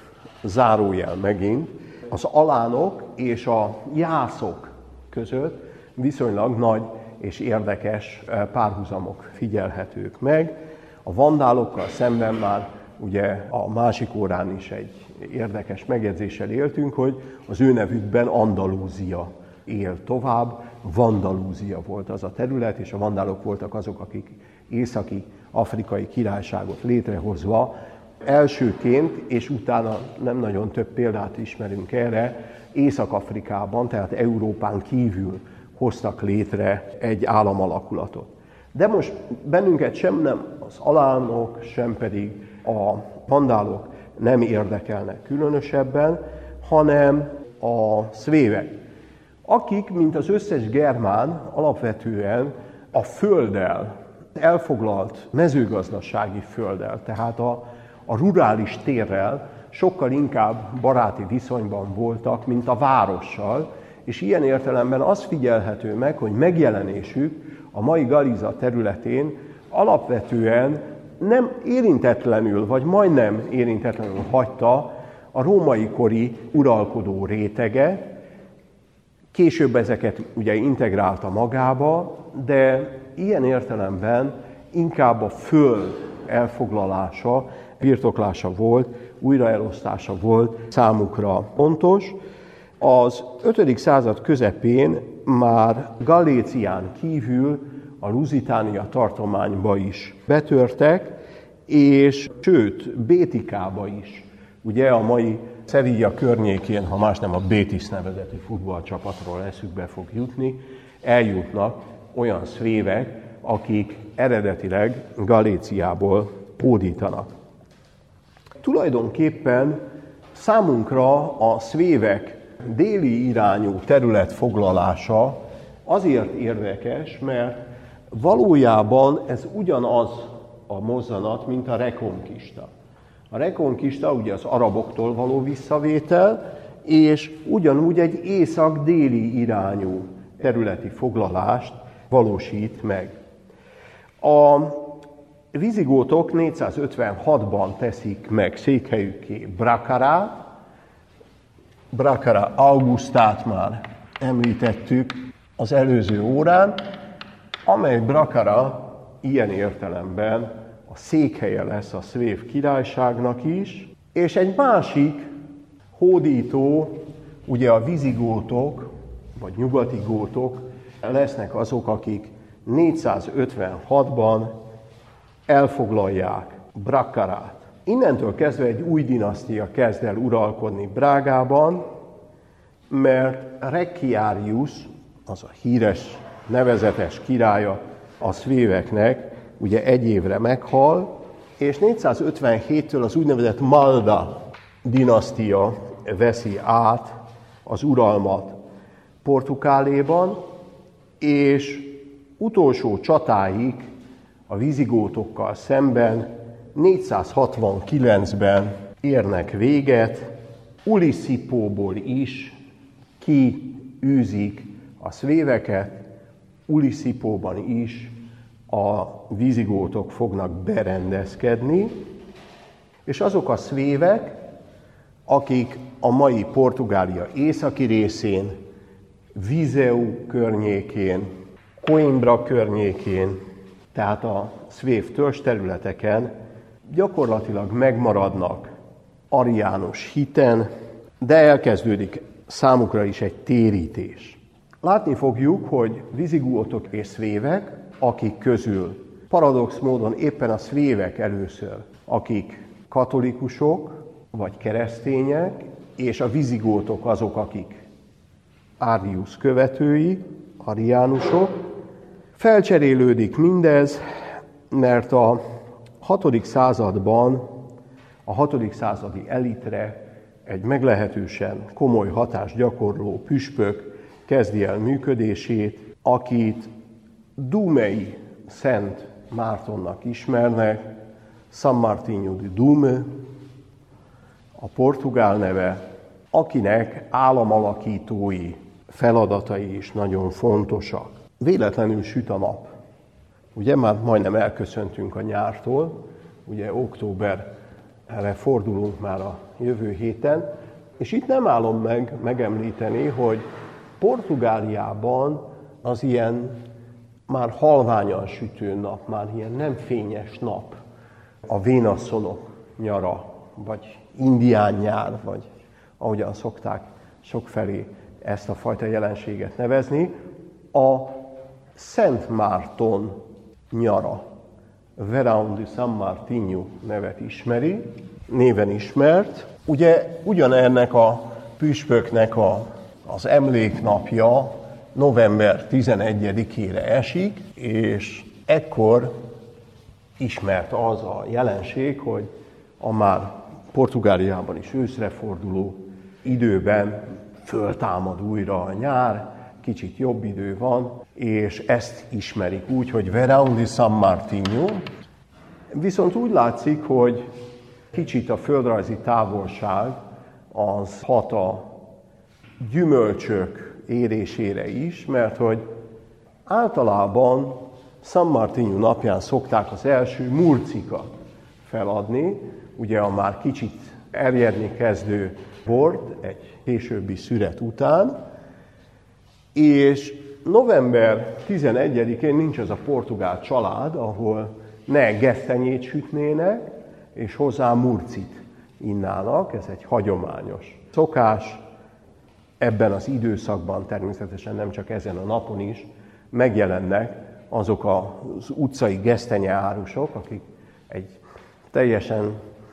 zárójel megint, az alánok és a jászok között viszonylag nagy és érdekes párhuzamok figyelhetők meg. A vandálokkal szemben már ugye a másik órán is egy érdekes megjegyzéssel éltünk, hogy az ő nevükben Andalúzia él tovább. Vandalúzia volt az a terület, és a vandálok voltak azok, akik északi afrikai királyságot létrehozva elsőként, és utána nem nagyon több példát ismerünk erre, Észak-Afrikában, tehát Európán kívül hoztak létre egy államalakulatot. De most bennünket sem nem az alánok, sem pedig a vandálok nem érdekelnek különösebben, hanem a szvévek, akik, mint az összes germán, alapvetően a földdel, elfoglalt mezőgazdasági földdel, tehát a, a rurális térrel sokkal inkább baráti viszonyban voltak, mint a várossal, és ilyen értelemben az figyelhető meg, hogy megjelenésük a mai Galiza területén alapvetően nem érintetlenül, vagy majdnem érintetlenül hagyta a római kori uralkodó rétege. Később ezeket ugye integrálta magába, de ilyen értelemben inkább a föld elfoglalása, birtoklása volt, újraelosztása volt számukra fontos. Az ötödik század közepén már Galécián kívül a Lusitánia tartományba is betörtek, és sőt, Bétikába is. Ugye a mai Sevilla környékén, ha más nem a Betis nevezeti futballcsapatról eszükbe fog jutni, eljutnak olyan szvévek, akik eredetileg Galéciából hódítanak. Tulajdonképpen számunkra a szvévek déli irányú területfoglalása azért érdekes, mert valójában ez ugyanaz a mozzanat, mint a reconquista. A reconquista ugye az araboktól való visszavétel, és ugyanúgy egy észak-déli irányú területi foglalást valósít meg. A vizigótok négyszázötvenhatban teszik meg székhelyükké Bracarát. Bracara Augustát már említettük az előző órán, amely Bracara ilyen értelemben a székhelye lesz a szvév királyságnak is, és egy másik hódító, ugye a vizigótok, vagy nyugati gótok lesznek azok, akik négyszázötvenhatban elfoglalják Bracarát. Innentől kezdve egy új dinasztia kezd el uralkodni Brágában, mert Rechiarius, az a híres, nevezetes királya a szvéveknek, ugye egy évre meghal, és négyszázötvenhéttől az úgynevezett Malda dinasztia veszi át az uralmat Portugáléban, és utolsó csatáig a vizigótokkal szemben négyszázhatvankilencben érnek véget, Ulisipóból is kiűzik a szvéveket, Ulisipóban is a vizigótok fognak berendezkedni, és azok a szvévek, akik a mai Portugália északi részén, Viseu környékén, Coimbra környékén, tehát a szvév törzsterületeken gyakorlatilag megmaradnak ariánus hiten, de elkezdődik számukra is egy térítés. Látni fogjuk, hogy vizigótok és szvévek, akik közül paradox módon éppen a szvévek először, akik katolikusok vagy keresztények, és a vizigótok azok, akik Arius követői, ariánusok. Felcserélődik mindez, mert a hatodik században a hatodik századi elitre egy meglehetősen komoly hatást gyakorló püspök kezdi el működését, akit Dúmei Szent Mártonnak ismernek, San Martinho de Dume, a portugál neve, akinek államalakítói feladatai is nagyon fontosak. Véletlenül süt a nap. Ugye már majdnem elköszöntünk a nyártól, ugye október erre fordulunk már a jövő héten, és itt nem állom meg megemlíteni, hogy Portugáliában az ilyen már halványan sütő nap, már ilyen nem fényes nap, a vénasszonyok nyara, vagy indián nyár, vagy ahogyan szokták sokfelé ezt a fajta jelenséget nevezni, a Szent Márton nyara, Verão de San Martinho nevet ismeri, néven ismert. Ugye ugyanennek a püspöknek a, az emléknapja november tizenegyedikére esik, és ekkor ismert az a jelenség, hogy a már Portugáliában is őszre forduló időben föltámad újra a nyár, kicsit jobb idő van, és ezt ismerik úgy, hogy Verão de San Martinho. Viszont úgy látszik, hogy kicsit a földrajzi távolság az hat a gyümölcsök érésére is, mert hogy általában San Martinho napján szokták az első murcikat feladni, ugye a már kicsit erjedni kezdő bort egy későbbi szüret után, és november tizenegyedikén nincs az a portugál család, ahol ne gesztenyét sütnének, és hozzá murcit innának, ez egy hagyományos szokás. Ebben az időszakban, természetesen nem csak ezen a napon is, megjelennek azok az utcai gesztenyeárusok, akik egy teljesen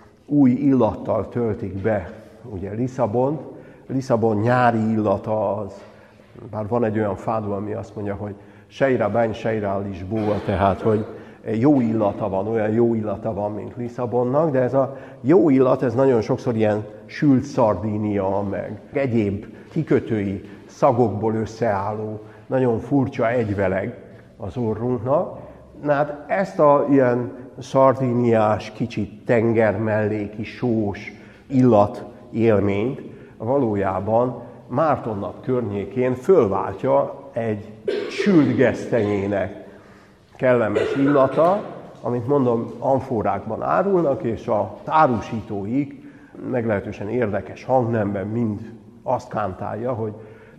új illattal töltik be ugye Lisszabont. Lisszabon nyári illata az, bár van egy olyan fádó, ami azt mondja, hogy Cheira bem, cheira Lisboa, tehát hogy jó illata van, olyan jó illata van, mint Lisszabonnak, de ez a jó illat, ez nagyon sokszor ilyen sült szardínia, meg egyéb kikötői szagokból összeálló, nagyon furcsa egyveleg az orrunknak. Na hát ezt a ilyen szardíniás, kicsit tengermelléki, sós illat élményt valójában Márton nap környékén fölváltja egy sült gesztenyének kellemes illata, amit mondom, amforákban árulnak, és az árusítóik meglehetősen érdekes hangnemben mind azt kántálja, hogy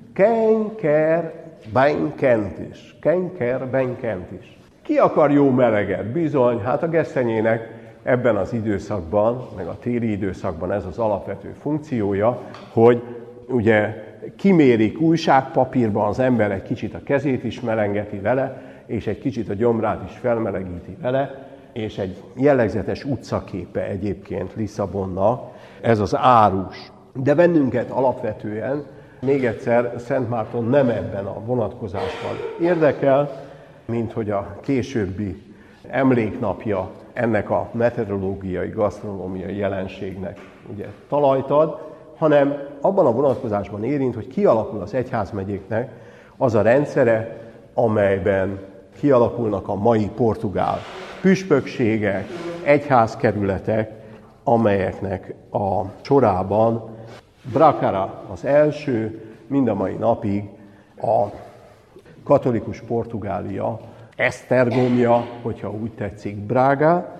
quem quer bem quentes, quem quer bem quentes. Ki akar jó meleget? Bizony, hát a gesztenyének ebben az időszakban, meg a téli időszakban ez az alapvető funkciója, hogy ugye kimérik újságpapírban, az ember egy kicsit a kezét is melengeti vele, és egy kicsit a gyomrát is felmelegíti vele, és egy jellegzetes utcaképe egyébként Lisszabonnak ez az árus. De bennünket alapvetően, még egyszer, Szent Márton nem ebben a vonatkozásban érdekel, mint hogy a későbbi emléknapja ennek a meteorológiai, gasztronómiai jelenségnek ugye talajt ad, hanem abban a vonatkozásban érint, hogy kialakul az egyházmegyéknek az a rendszere, amelyben kialakulnak a mai portugál püspökségek, egyházkerületek, amelyeknek a sorában Bracara az első, mind a mai napig a katolikus Portugália esztergomja, hogyha úgy tetszik, Braga,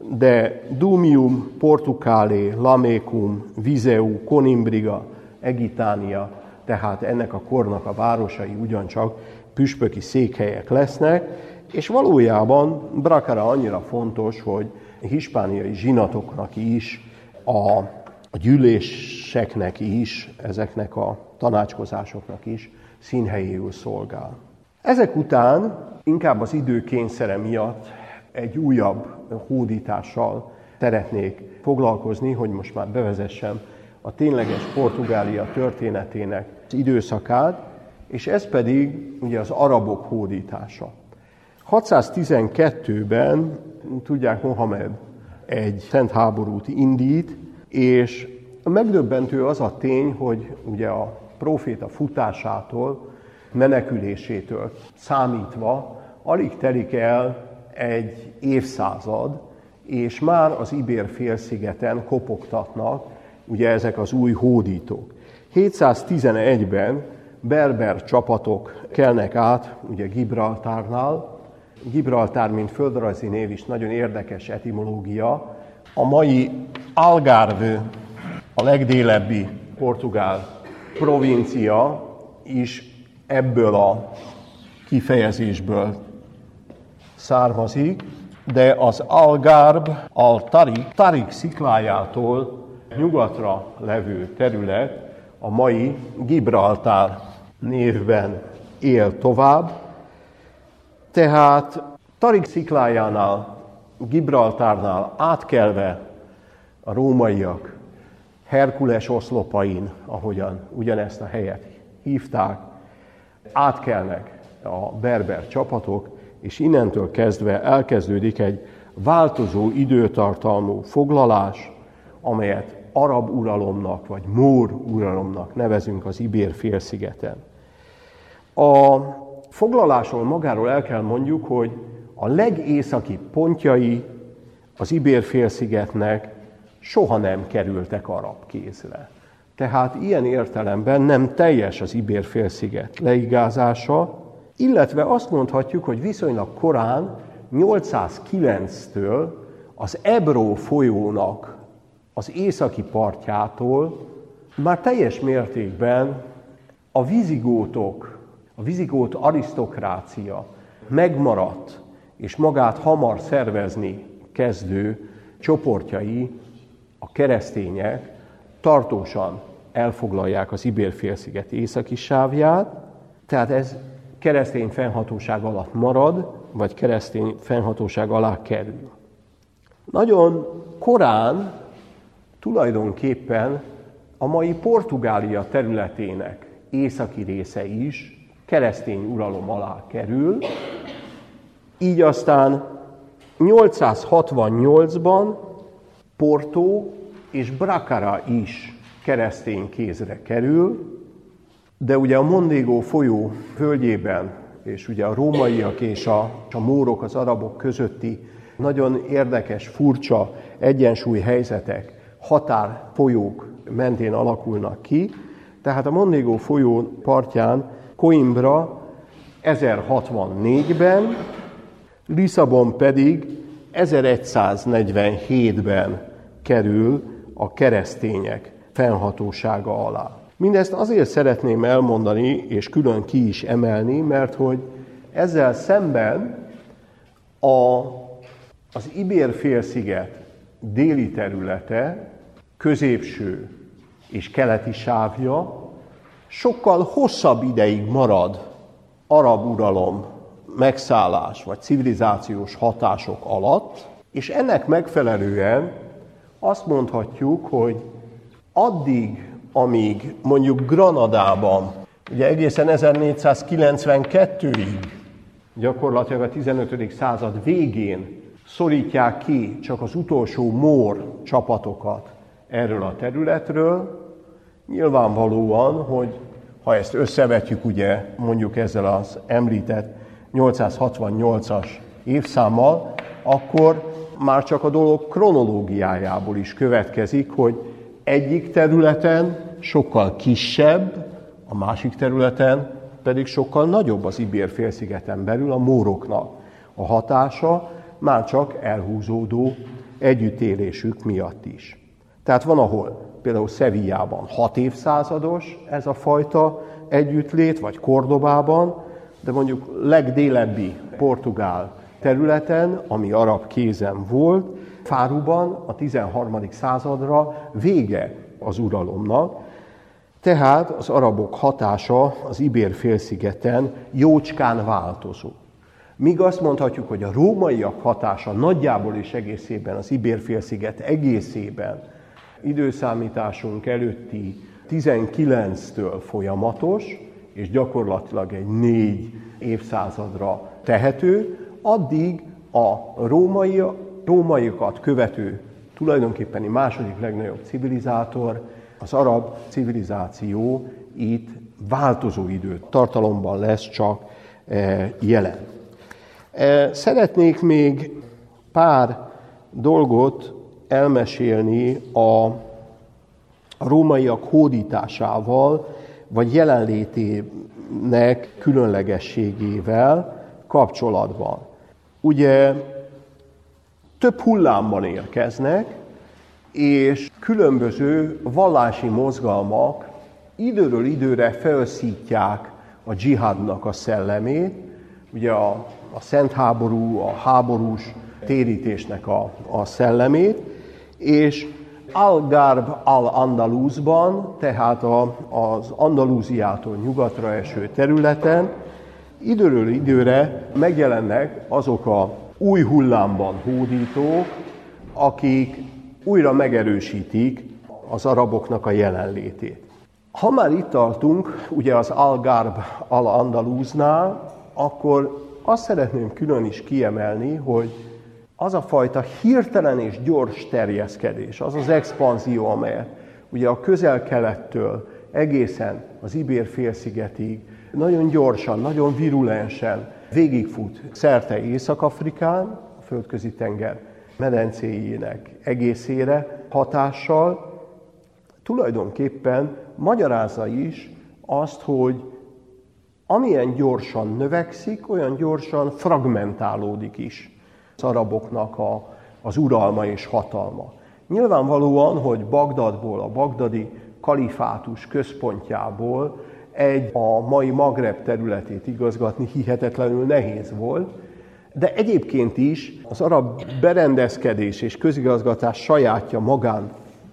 de Dumium, Portucale, Lamecum, Viseu, Coimbriga, Egitania, tehát ennek a kornak a városai ugyancsak püspöki székhelyek lesznek, és valójában Bracara annyira fontos, hogy hispániai zsinatoknak is, a, a gyűléseknek is, ezeknek a tanácskozásoknak is színhelyéül szolgál. Ezek után inkább az idő kényszere miatt egy újabb hódítással szeretnék foglalkozni, hogy most már bevezessem a tényleges Portugália történetének az időszakát, és ez pedig ugye az arabok hódítása. hatszáztizenkettőben, tudják, Mohamed egy szent háborút indít, és megdöbbentő az a tény, hogy ugye a próféta futásától, menekülésétől számítva alig telik el egy évszázad, és már az Ibér-félszigeten kopogtatnak ugye ezek az új hódítók. hétszáztizenegyben berber csapatok kelnek át, ugye Gibraltárnál. Gibraltár, mint földrajzi név is nagyon érdekes etimológia. A mai Algarve, a legdélebbi portugál provincia is ebből a kifejezésből származik, de az Algarve, a Tarik, Tarik sziklájától nyugatra levő terület a mai Gibraltár névben él tovább. Tehát Tarik sziklájánál, Gibraltárnál átkelve a rómaiak Herkules oszlopain, ahogyan ugyanezt a helyet hívták, átkelnek a berber csapatok, és innentől kezdve elkezdődik egy változó időtartalmú foglalás, amelyet arab uralomnak vagy mór uralomnak nevezünk az Ibér-félszigeten. A foglalásról magáról el kell mondjuk, hogy a legészaki pontjai az Ibér-félszigetnek soha nem kerültek arab kézre. Tehát ilyen értelemben nem teljes az Ibér-félsziget leigázása, illetve azt mondhatjuk, hogy viszonylag korán, nyolcszázkilenctől az Ebro folyónak az északi partjától már teljes mértékben a vizigótok, a vizigót arisztokrácia megmaradt, és magát hamar szervezni kezdő csoportjai, a keresztények tartósan elfoglalják az Ibér-félsziget északi sávját, tehát ez keresztény fennhatóság alatt marad, vagy keresztény fennhatóság alá kerül. Nagyon korán tulajdonképpen a mai Portugália területének északi része is keresztény uralom alá kerül, így aztán nyolcszázhatvannyolcban Porto és Bracara is keresztény kézre kerül, de ugye a Mondego folyó völgyében, és ugye a rómaiak és a, a mórok, az arabok közötti nagyon érdekes, furcsa egyensúly helyzetek, határfolyók mentén alakulnak ki. Tehát a Mondego folyó partján Coimbra ezerhatvannégyben, Lisszabon pedig ezeregyszáznegyvenhétben kerül a keresztények fennhatósága alá. Mindezt azért szeretném elmondani, és külön ki is emelni, mert hogy ezzel szemben a, az Ibér-félsziget déli területe, középső és keleti sávja sokkal hosszabb ideig marad arab uralom, megszállás vagy civilizációs hatások alatt, és ennek megfelelően azt mondhatjuk, hogy addig, amíg mondjuk Granadában, ugye egészen ezernégyszázkilencvenkettőig, gyakorlatilag a tizenötödik század végén szorítják ki csak az utolsó mór csapatokat erről a területről, nyilvánvalóan, hogy ha ezt összevetjük ugye mondjuk ezzel az említett nyolcszázhatvannyolcas évszámmal, akkor már csak a dolog kronológiájából is következik, hogy egyik területen sokkal kisebb, a másik területen pedig sokkal nagyobb az Ibér-félszigeten belül a móroknak a hatása, már csak elhúzódó együttélésük miatt is. Tehát van, ahol például Sevillában hat évszázados ez a fajta együttlét, vagy Kordobában, de mondjuk legdélebbi portugál területen, ami arab kézen volt, Fáruban a tizenharmadik századra vége az uralomnak, tehát az arabok hatása az Ibér-félszigeten jócskán változó. Míg azt mondhatjuk, hogy a rómaiak hatása nagyjából és egészében az Ibér-félsziget egészében időszámításunk előtti tizenkilenctől folyamatos, és gyakorlatilag egy négy évszázadra tehető, addig a római, rómaiakat követő tulajdonképpeni második legnagyobb civilizátor, az arab civilizáció itt változó időtartalomban lesz csak jelen. Szeretnék még pár dolgot elmesélni a rómaiak hódításával, vagy jelenlétének különlegességével kapcsolatban. Ugye több hullámban érkeznek, és különböző vallási mozgalmak időről időre felszítják a dzsihádnak a szellemét, ugye a, a szent háború, a háborús térítésnek a, a szellemét, és Al-Garb al-Andalusban, tehát a, az Andalúziától nyugatra eső területen időről időre megjelennek azok a új hullámban hódítók, akik újra megerősítik az araboknak a jelenlétét. Ha már itt tartunk, ugye az Al-Garb al-Andalusnál, akkor azt szeretném külön is kiemelni, hogy az a fajta hirtelen és gyors terjeszkedés, az az expanzió, amelyet ugye a Közel-Kelettől egészen az Ibér-félszigetig nagyon gyorsan, nagyon virulensen végigfut szerte Észak-Afrikán, a Földközi-tenger medencéjének egészére hatással, tulajdonképpen magyarázza is azt, hogy amilyen gyorsan növekszik, olyan gyorsan fragmentálódik is az araboknak a, az uralma és hatalma. Nyilvánvalóan, hogy Bagdadból, a bagdadi kalifátus központjából egy a mai Magreb területét igazgatni hihetetlenül nehéz volt, de egyébként is az arab berendezkedés és közigazgatás sajátja magán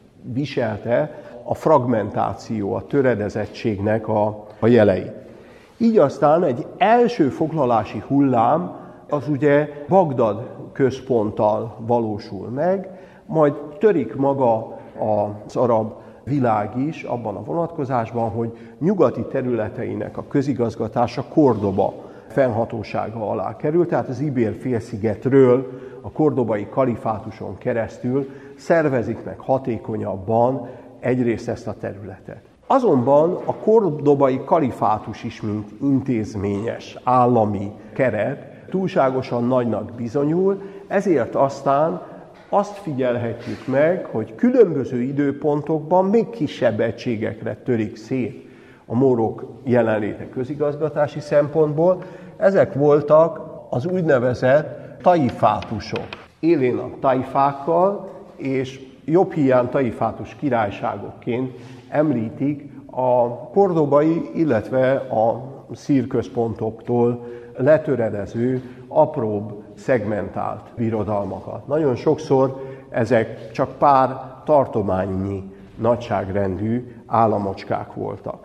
viselte a fragmentáció, a töredezettségnek a, a jelei. Így aztán egy első foglalási hullám az ugye Bagdad központtal valósul meg, majd törik maga az arab világ is abban a vonatkozásban, hogy nyugati területeinek a közigazgatása Kordoba fennhatósága alá kerül, tehát az Ibér-félszigetről a kordobai kalifátuson keresztül szervezik meg hatékonyabban egyrészt ezt a területet. Azonban a kordobai kalifátus is, mint intézményes, állami keret túlságosan nagynak bizonyul, ezért aztán azt figyelhetjük meg, hogy különböző időpontokban még kisebb egységekre törik szét a mórok jelenléte közigazgatási szempontból. Ezek voltak az úgynevezett taifátusok. Élén a taifákkal, és jobb hiány taifátus királyságokként említik a kordobai, illetve a szír központoktól letöredező, apróbb, szegmentált birodalmakat. Nagyon sokszor ezek csak pár tartományi nagyságrendű államocskák voltak.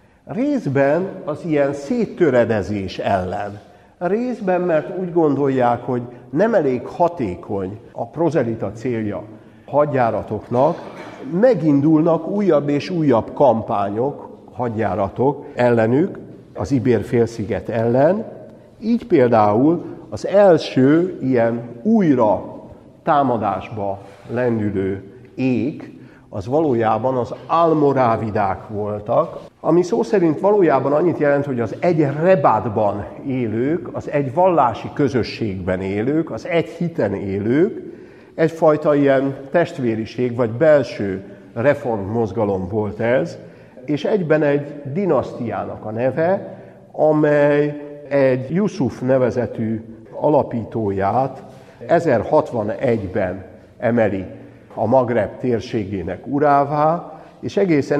Részben az ilyen széttöredezés ellen, részben mert úgy gondolják, hogy nem elég hatékony a prozelita célja hadjáratoknak, megindulnak újabb és újabb kampányok, hadjáratok ellenük, az Ibér-félsziget ellen. Így például az első ilyen újra támadásba lendülő ék, az valójában az almorávidák voltak, ami szó szerint valójában annyit jelent, hogy az egy rebátban élők, az egy vallási közösségben élők, az egy hiten élők, egyfajta ilyen testvériség vagy belső reformmozgalom volt ez, és egyben egy dinasztiának a neve, amely egy Jusuf nevezetű alapítóját ezerhatvanegyben emeli a Magreb térségének urává, és egészen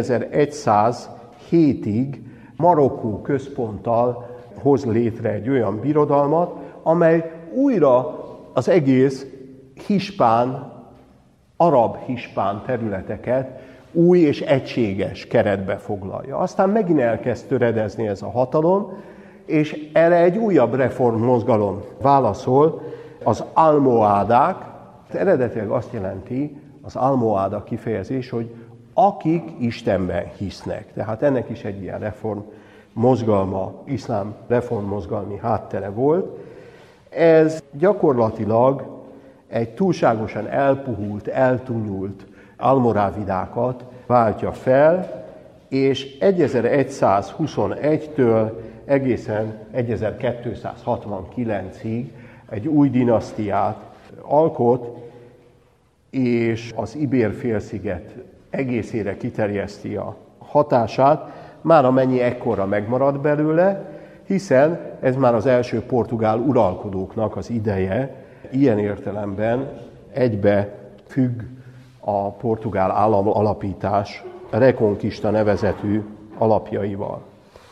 ezeregyszázhétig Marokkó központtal hoz létre egy olyan birodalmat, amely újra az egész hispán, arab-hispán területeket új és egységes keretbe foglalja. Aztán megint elkezd töredezni ez a hatalom, és erre egy újabb reformmozgalom válaszol, az almohádák. Eredetileg azt jelenti az almoháda kifejezés, hogy akik Istenben hisznek. Tehát ennek is egy ilyen reformmozgalma, iszlám reformmozgalmi háttere volt. Ez gyakorlatilag egy túlságosan elpuhult, eltunyult almorávidákat váltja fel, és ezeregyszázhuszonegytől egészen ezerkétszázhatvankilencig egy új dinasztiát alkot, és az Ibér-félsziget egészére kiterjeszti a hatását, már amennyi ekkorra megmarad belőle, hiszen ez már az első portugál uralkodóknak az ideje, ilyen értelemben egybe függ a portugál állam alapítás Reconquista nevezetű alapjaival.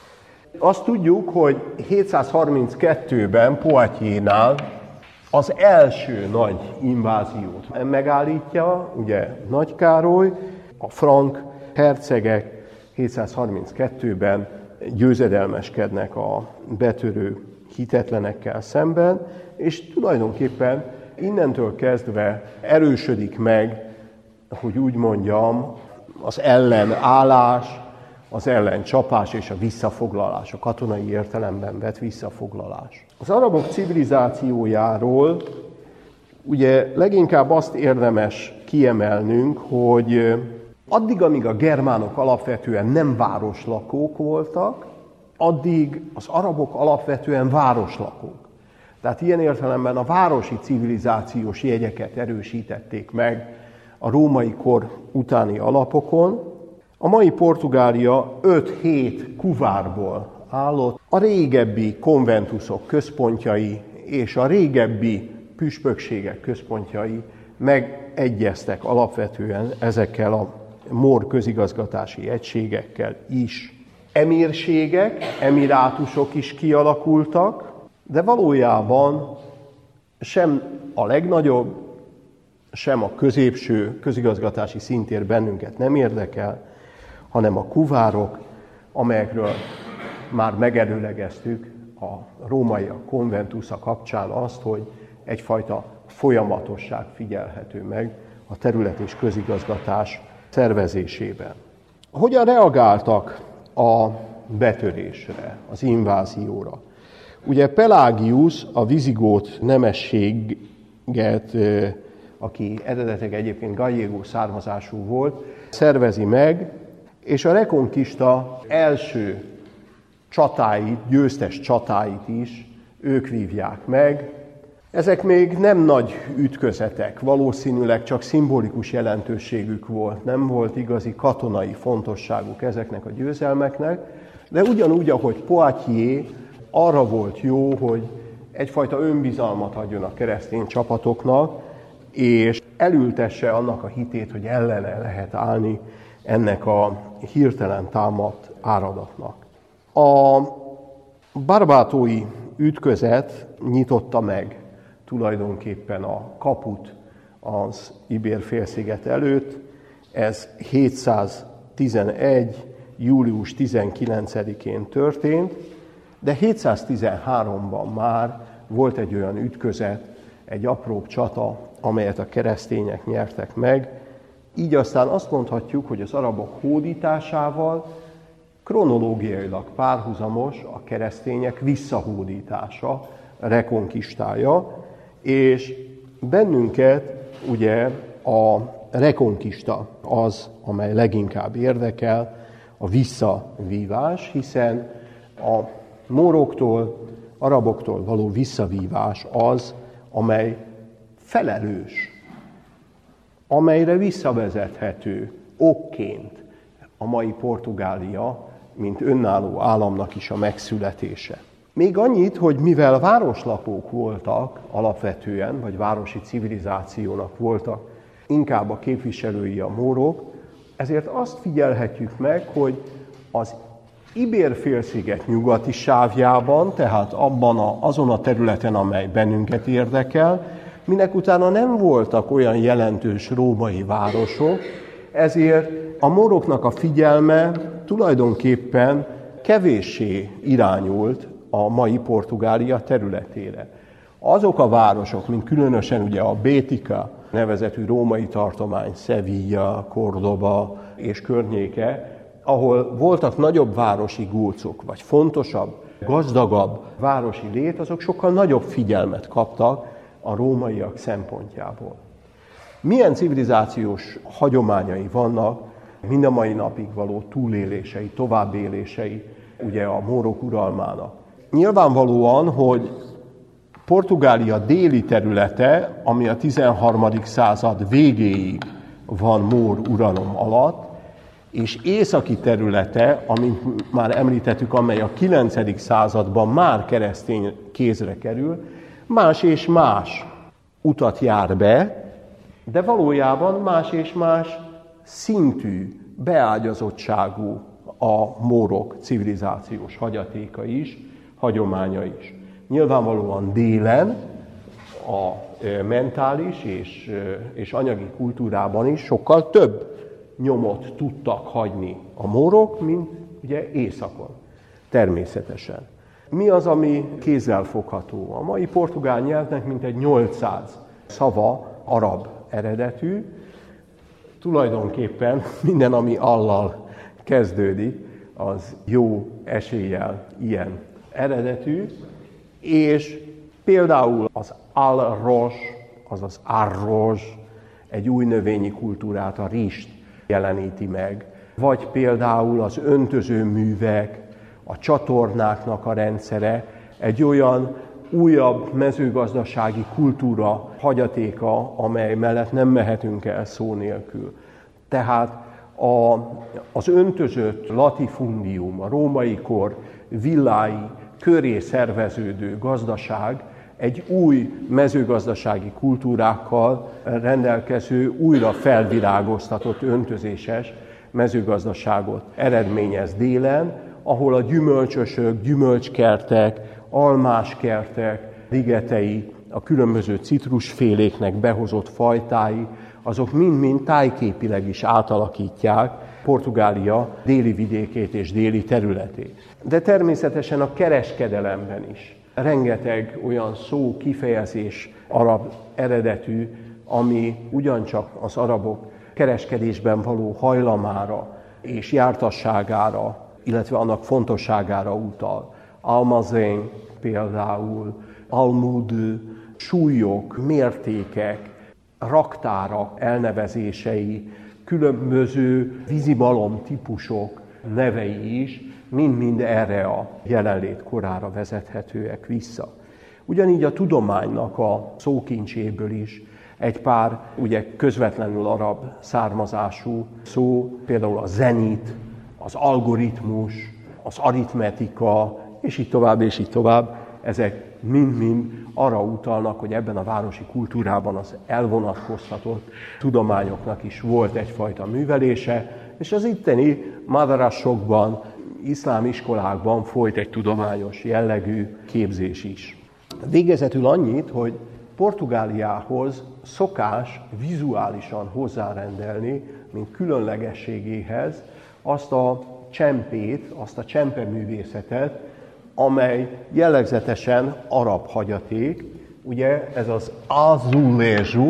Azt tudjuk, hogy hétszázharminckettőben Poitiers-nál az első nagy inváziót megállítja, ugye Nagy Károly, a frank hercegek hétszázharminckettőben győzedelmeskednek a betörő hitetlenekkel szemben, és tulajdonképpen innentől kezdve erősödik meg, hogy úgy mondjam, az ellenállás, az ellencsapás és a visszafoglalás, a katonai értelemben vett visszafoglalás. Az arabok civilizációjáról ugye leginkább azt érdemes kiemelnünk, hogy addig, amíg a germánok alapvetően nem városlakók voltak, addig az arabok alapvetően városlakók. Tehát ilyen értelemben a városi civilizációs jegyeket erősítették meg a római kor utáni alapokon. A mai Portugália öt-hét kuvárból állott, a régebbi konventusok központjai és a régebbi püspökségek központjai megegyeztek alapvetően ezekkel a mór közigazgatási egységekkel is. Emírségek, emirátusok is kialakultak, de valójában sem a legnagyobb, sem a középső közigazgatási szintér bennünket nem érdekel, hanem a kuvárok, amelyekről már megelőlegeztük a rómaiak konventusza kapcsán azt, hogy egyfajta folyamatosság figyelhető meg a terület és közigazgatás szervezésében. Hogyan reagáltak a betörésre, az invázióra? Ugye Pelagius, a vizigót nemességet, aki eredetileg egyébként gallégó származású volt, szervezi meg, és a Reconquista első csatáit, győztes csatáit is ők vívják meg. Ezek még nem nagy ütközetek, valószínűleg csak szimbolikus jelentőségük volt, nem volt igazi katonai fontosságuk ezeknek a győzelmeknek, de ugyanúgy, ahogy Poitiers arra volt jó, hogy egyfajta önbizalmat adjon a keresztény csapatoknak, és elültesse annak a hitét, hogy ellene lehet állni ennek a hirtelen támadt áradatnak. A barbátói ütközet nyitotta meg tulajdonképpen a kaput az Ibér-félsziget előtt. Ez hétszáztizenegy. július tizenkilencedikén történt, de hétszáztizenháromban már volt egy olyan ütközet, egy apróbb csata, amelyet a keresztények nyertek meg. Így aztán azt mondhatjuk, hogy az arabok hódításával kronológiailag párhuzamos a keresztények visszahódítása, rekonkistája, és bennünket ugye a rekonkista az, amely leginkább érdekel, a visszavívás, hiszen a móroktól, araboktól való visszavívás az, amely felelős, amelyre visszavezethető okként a mai Portugália, mint önálló államnak is a megszületése. Még annyit, hogy mivel városlakók voltak alapvetően, vagy városi civilizációnak voltak inkább a képviselői a mórok, ezért azt figyelhetjük meg, hogy az Ibér-félsziget nyugati sávjában, tehát abban a, azon a területen, amely bennünket érdekel, minek utána nem voltak olyan jelentős római városok, ezért a móroknak a figyelme tulajdonképpen kevéssé irányult a mai Portugália területére. Azok a városok, mint különösen ugye a Bétika nevezetű római tartomány, Sevilla, Córdoba és környéke, ahol voltak nagyobb városi gulcok, vagy fontosabb, gazdagabb városi lét, azok sokkal nagyobb figyelmet kaptak a rómaiak szempontjából. Milyen civilizációs hagyományai vannak mind a mai napig való túlélései, továbbélései ugye a mórok uralmának? Nyilvánvalóan, hogy Portugália déli területe, ami a tizenharmadik század végéig van mór uralom alatt, és északi területe, amint már említettük, amely a kilencedik században már keresztény kézre kerül, más és más utat jár be, De valójában más és más szintű, beágyazottságú a mórok civilizációs hagyatéka is, hagyománya is. Nyilvánvalóan délen a mentális és, és anyagi kultúrában is sokkal több nyomot tudtak hagyni a mórok, mint ugye északon. Természetesen. Mi az, ami kézzelfogható? A mai portugál nyelvnek mintegy nyolcszáz szava arab eredetű. Tulajdonképpen minden, ami allal kezdődik, az jó eséllyel ilyen eredetű, és például az al-ros, azaz arroz, egy új növényi kultúrát, a rist jeleníti meg, vagy például az öntözőművek, a csatornáknak a rendszere, egy olyan újabb mezőgazdasági kultúra hagyatéka, amely mellett nem mehetünk el szó nélkül. Tehát a, az öntözött latifundium, a római kor villái köré szerveződő gazdaság egy új mezőgazdasági kultúrákkal rendelkező, újra felvirágoztatott öntözéses mezőgazdaságot eredményez délen, ahol a gyümölcsösök, gyümölcskertek, almáskertek, ligetei, a különböző citrusféléknek behozott fajtái, azok mind-mind tájképileg is átalakítják Portugália déli vidékét és déli területét. De természetesen a kereskedelemben is rengeteg olyan szó, kifejezés arab eredetű, ami ugyancsak az arabok kereskedésben való hajlamára és jártasságára, illetve annak fontosságára utal. Almazén például, almud, súlyok, mértékek, raktárak elnevezései, különböző vízimalom típusok nevei is mind-mind erre a jelenlét korára vezethetőek vissza. Ugyanígy a tudománynak a szókincséből is egy pár ugye közvetlenül arab származású szó, például a zenit, az algoritmus, az aritmetika, és így tovább, és így tovább, ezek mind-mind arra utalnak, hogy ebben a városi kultúrában az elvonatkoztatott tudományoknak is volt egyfajta művelése, és az itteni madrasokban, iszlám iskolákban folyt egy tudományos jellegű képzés is. Végezetül annyit, hogy Portugáliához szokás vizuálisan hozzárendelni, mint különlegességéhez azt a csempét, azt a csempeművészetet, amely jellegzetesen arab hagyaték. Ugye ez az azulejo.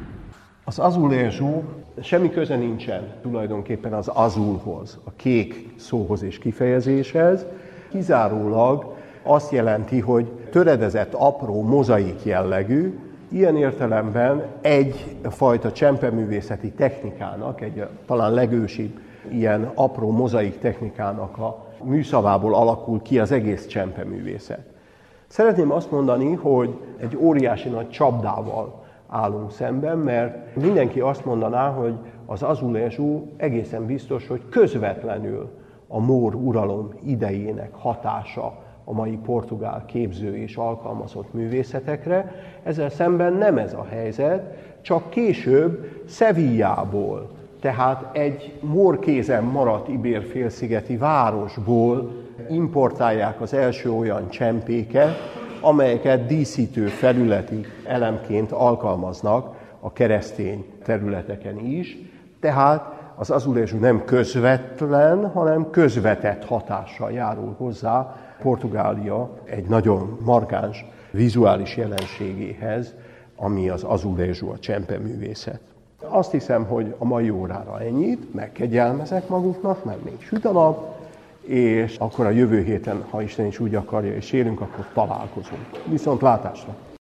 Az azulejo semmi köze nincsen tulajdonképpen az azulhoz, a kék szóhoz és kifejezéshez. Kizárólag azt jelenti, hogy töredezett, apró, mozaik jellegű, ilyen értelemben egyfajta csempeművészeti technikának, egy talán legősibb ilyen apró mozaik technikának a műszavából alakul ki az egész csempeművészet. Szeretném azt mondani, hogy egy óriási nagy csapdával állunk szemben, mert mindenki azt mondaná, hogy az azulejo egészen biztos, hogy közvetlenül a mór uralom idejének hatása a mai portugál képző és alkalmazott művészetekre. Ezzel szemben nem ez a helyzet, csak később Sevillából, tehát egy mórkézen maradt ibér-félszigeti városból importálják az első olyan csempéket, amelyeket díszítő felületi elemként alkalmaznak a keresztény területeken is. Tehát az azulejo nem közvetlen, hanem közvetett hatással járul hozzá Portugália egy nagyon markáns vizuális jelenségéhez, ami az azulejo, a csempeművészet. Azt hiszem, hogy a mai órára ennyit, megkegyelmezek maguknak, mert még süt a nap, és akkor a jövő héten, ha Isten is úgy akarja, és élünk, akkor találkozunk. Viszont látásra!